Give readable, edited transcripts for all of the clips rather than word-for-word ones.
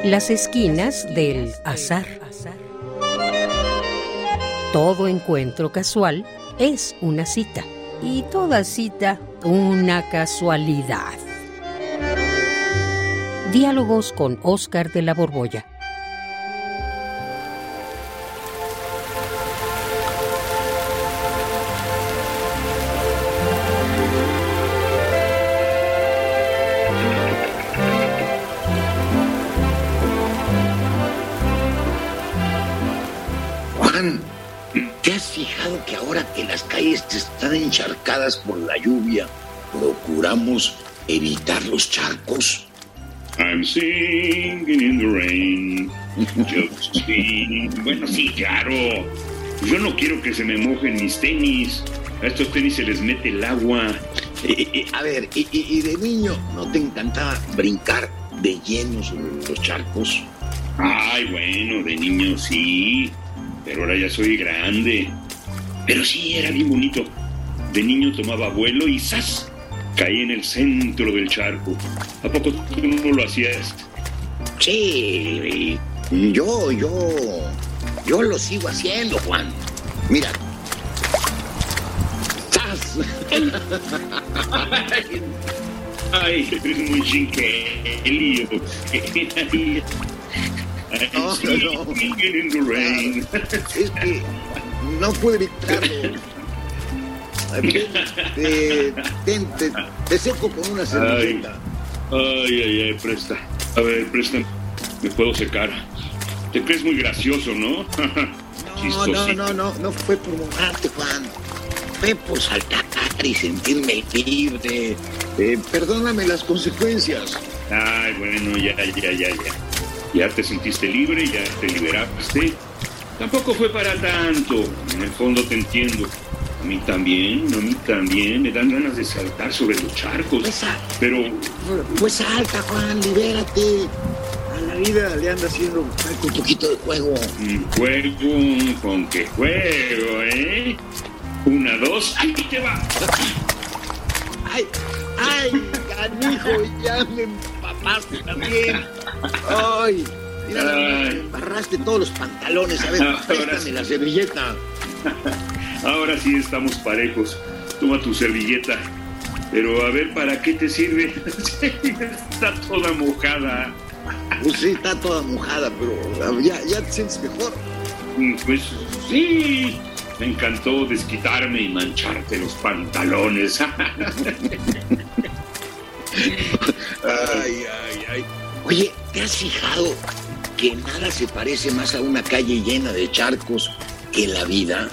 Las esquinas del azar. Todo encuentro casual es una cita y toda cita una casualidad. Diálogos con Óscar de la Borbolla. Juan, ¿te has fijado que ahora que las calles están encharcadas por la lluvia, procuramos evitar los charcos? I'm singing in the rain, just sing. Bueno, sí, claro. Yo no quiero que se me mojen mis tenis. A estos tenis se les mete el agua. A ver, y de niño, ¿no te encantaba brincar de lleno sobre los charcos? Ay, bueno, de niño sí, pero ahora ya soy grande. Pero sí, era bien bonito. De niño tomaba vuelo y ¡zas! Caí en el centro del charco. ¿A poco tú no lo hacías? Sí, yo lo sigo haciendo, Juan. Mira. ¡Zas! Ay, eres muy chinquelio. No. In the rain. Es que no puedo evitarlo. Te seco con una servilleta. Ay, presta. A ver, presta. Me puedo secar. Te crees muy gracioso, ¿no? No fue por mojarte, Juan. Fue por saltar y sentirme libre. Perdóname las consecuencias. Ay, bueno, ya. Ya te sentiste libre, ya te liberaste. Tampoco fue para tanto. En el fondo te entiendo. A mí también me dan ganas de saltar sobre los charcos. Pues salta, Juan, libérate. A la vida le anda haciendo un poquito de juego. ¿Juego? ¿Con qué juego, eh? 1, 2, ¡ahí te va! ¡Ay, canijo! Ya me empapaste también. ¡Ay! Mira, me embarraste todos los pantalones. A ver, préstame la servilleta. Ahora sí estamos parejos. Toma tu servilleta. Pero a ver, ¿para qué te sirve? Está toda mojada. Pues sí, está toda mojada, pero ya te sientes mejor. Pues sí. Me encantó desquitarme y mancharte los pantalones. Ay. Oye, ¿te has fijado que nada se parece más a una calle llena de charcos que la vida?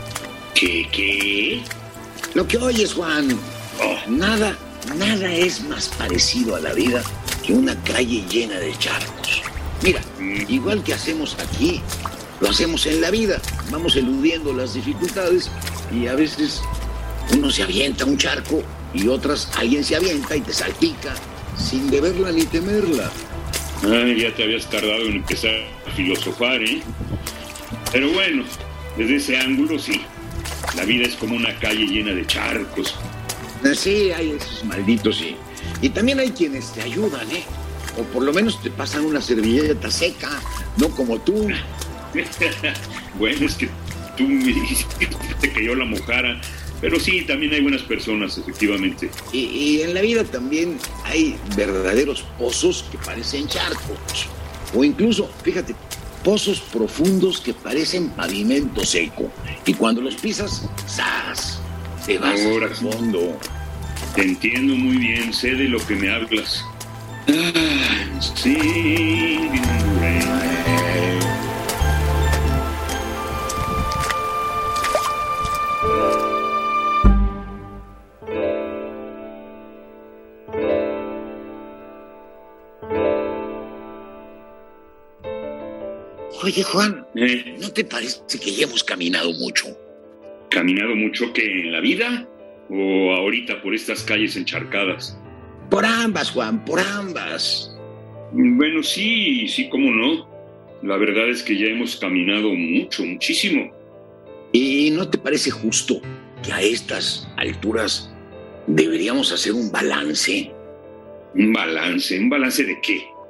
¿Qué? Lo que oyes, Juan. Nada es más parecido a la vida que una calle llena de charcos. Mira, igual que hacemos aquí, lo hacemos en la vida. Vamos eludiendo las dificultades y a veces uno se avienta a un charco y otras alguien se avienta y te salpica sin deberla ni temerla. Ay, ya te habías tardado en empezar a filosofar, ¿eh? Pero bueno, desde ese ángulo sí. La vida es como una calle llena de charcos. Sí, hay esos malditos, sí. Y también hay quienes te ayudan, ¿eh? O por lo menos te pasan una servilleta seca, no como tú. Bueno, es que tú me dijiste que yo la mojara. Pero sí, también hay buenas personas, efectivamente. Y en la vida también hay verdaderos pozos que parecen charcos. O incluso, fíjate, pozos profundos que parecen pavimento seco. Y cuando los pisas, ¡zas! Te vas al fondo. Te entiendo muy bien, sé de lo que me hablas. Sí. Oye, Juan, ¿no te parece que ya hemos caminado mucho? ¿Caminado mucho que en la vida? ¿O ahorita por estas calles encharcadas? Por ambas, Juan, por ambas. Bueno, sí, cómo no. La verdad es que ya hemos caminado muchísimo. ¿Y no te parece justo que a estas alturas deberíamos hacer un balance? ¿Un balance? ¿Un balance de qué?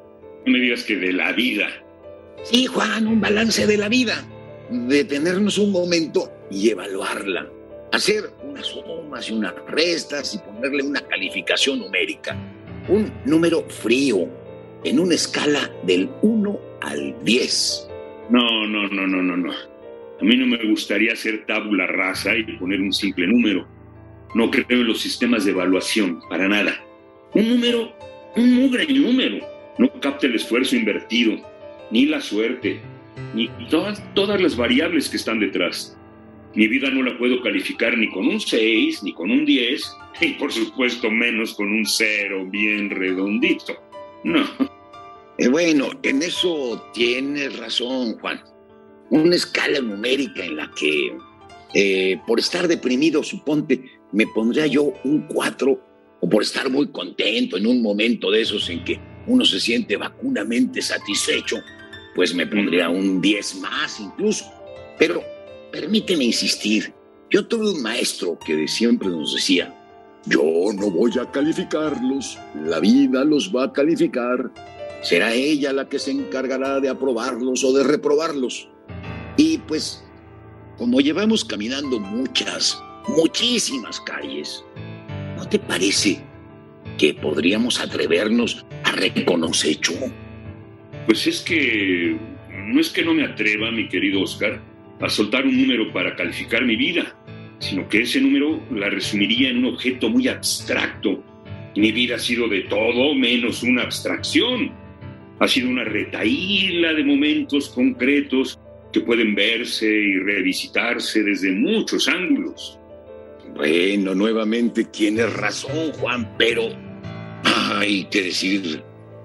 No me digas que de la vida. Sí, Juan, un balance de la vida. Detenernos un momento y evaluarla. Hacer unas sumas y unas restas y ponerle una calificación numérica. Un número frío en una escala del 1 al 10. No. A mí no me gustaría hacer tabula rasa y poner un simple número. No creo en los sistemas de evaluación, para nada. Un número, un mugre número, no capta el esfuerzo invertido, ni la suerte, ni todas las variables que están detrás. Mi vida no la puedo calificar ni con un 6, ni con un 10, y por supuesto menos con un 0 bien redondito. No. Bueno, en eso tienes razón, Juan. Una escala numérica en la que, por estar deprimido, suponte, me pondría yo un 4, o por estar muy contento en un momento de esos en que uno se siente vacunamente satisfecho, pues me pondría un 10 más incluso. Pero permíteme insistir, yo tuve un maestro que siempre nos decía: yo no voy a calificarlos, la vida los va a calificar, será ella la que se encargará de aprobarlos o de reprobarlos. Y pues, como llevamos caminando muchísimas calles, ¿no te parece que podríamos atrevernos a reconocer hecho? Pues es que no me atreva, mi querido Oscar, a soltar un número para calificar mi vida, sino que ese número la resumiría en un objeto muy abstracto. Y mi vida ha sido de todo menos una abstracción. Ha sido una retahíla de momentos concretos que pueden verse y revisitarse desde muchos ángulos. Bueno, nuevamente tienes razón, Juan, pero hay que decir,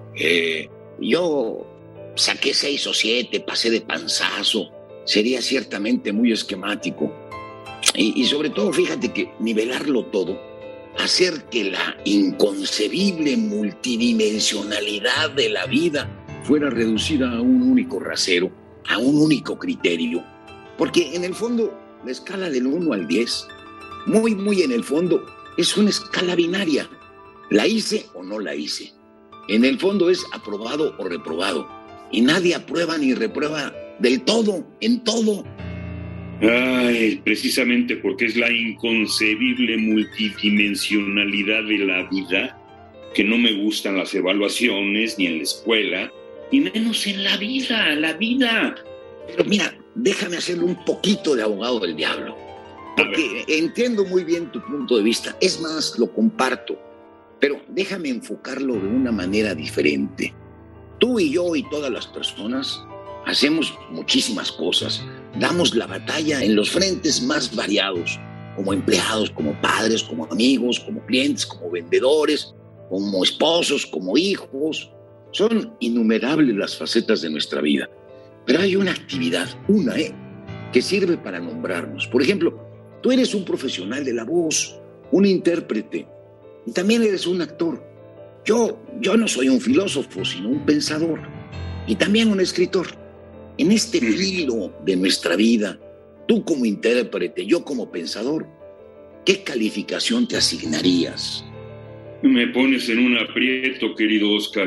yo saqué 6 o 7, pasé de panzazo, sería ciertamente muy esquemático. Y sobre todo, fíjate que nivelarlo todo, hacer que la inconcebible multidimensionalidad de la vida fuera reducida a un único rasero, a un único criterio. Porque en el fondo, la escala del 1 al 10, muy en el fondo, es una escala binaria. ¿La hice o no la hice? En el fondo es aprobado o reprobado. Y nadie aprueba ni reprueba del todo, en todo. Ay, precisamente porque es la inconcebible multidimensionalidad de la vida que no me gustan las evaluaciones ni en la escuela, y menos en la vida. Pero mira, déjame hacerle un poquito de abogado del diablo. Porque entiendo muy bien tu punto de vista. Es más, lo comparto. Pero déjame enfocarlo de una manera diferente. Tú y yo y todas las personas hacemos muchísimas cosas. Damos la batalla en los frentes más variados. Como empleados, como padres, como amigos, como clientes, como vendedores, como esposos, como hijos. Son innumerables las facetas de nuestra vida. Pero hay una actividad, que sirve para nombrarnos. Por ejemplo, tú eres un profesional de la voz, un intérprete, y también eres un actor. Yo no soy un filósofo, sino un pensador, y también un escritor. En este filo de nuestra vida, tú como intérprete, yo como pensador, ¿qué calificación te asignarías? Me pones en un aprieto, querido Oscar,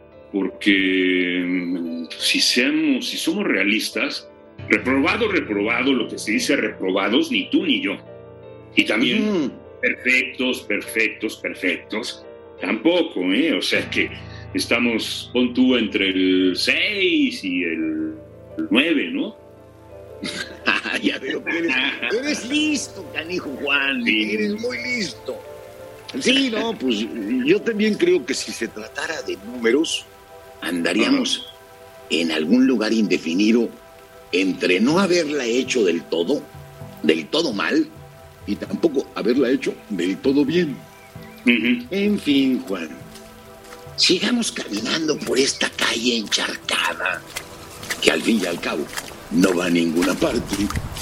porque si somos realistas, reprobado, lo que se dice reprobados, ni tú ni yo. Y también perfectos, tampoco, O sea que estamos, pon tú, entre el 6 y el 9, ¿no? Ya veo que eres listo, canijo Juan, sí. Eres muy listo. Sí, no, pues yo también creo que si se tratara de números, andaríamos en algún lugar indefinido entre no haberla hecho del todo mal, y tampoco haberla hecho del todo bien. En fin, Juan, sigamos caminando por esta calle encharcada, que al fin y al cabo no va a ninguna parte.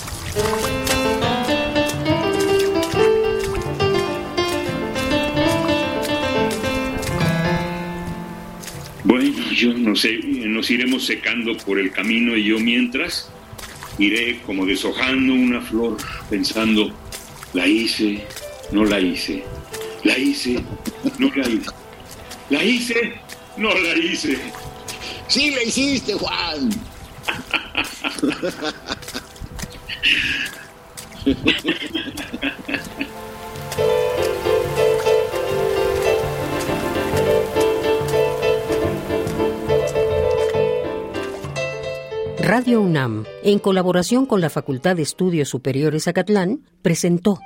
Bueno, yo no sé, nos iremos secando por el camino y yo mientras iré como deshojando una flor pensando, la hice, no la hice, la hice, no la hice, la hice, no la hice. Sí le hiciste, Juan. Radio UNAM, en colaboración con la Facultad de Estudios Superiores Acatlán, presentó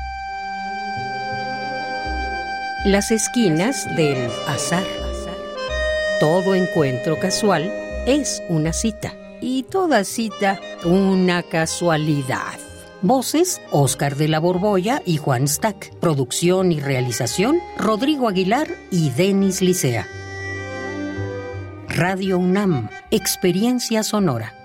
Las esquinas del azar. Todo encuentro casual es una cita, y toda cita una casualidad. Voces: Óscar de la Borbolla y Juan Stack. Producción y realización: Rodrigo Aguilar y Denis Licea. Radio UNAM, experiencia sonora.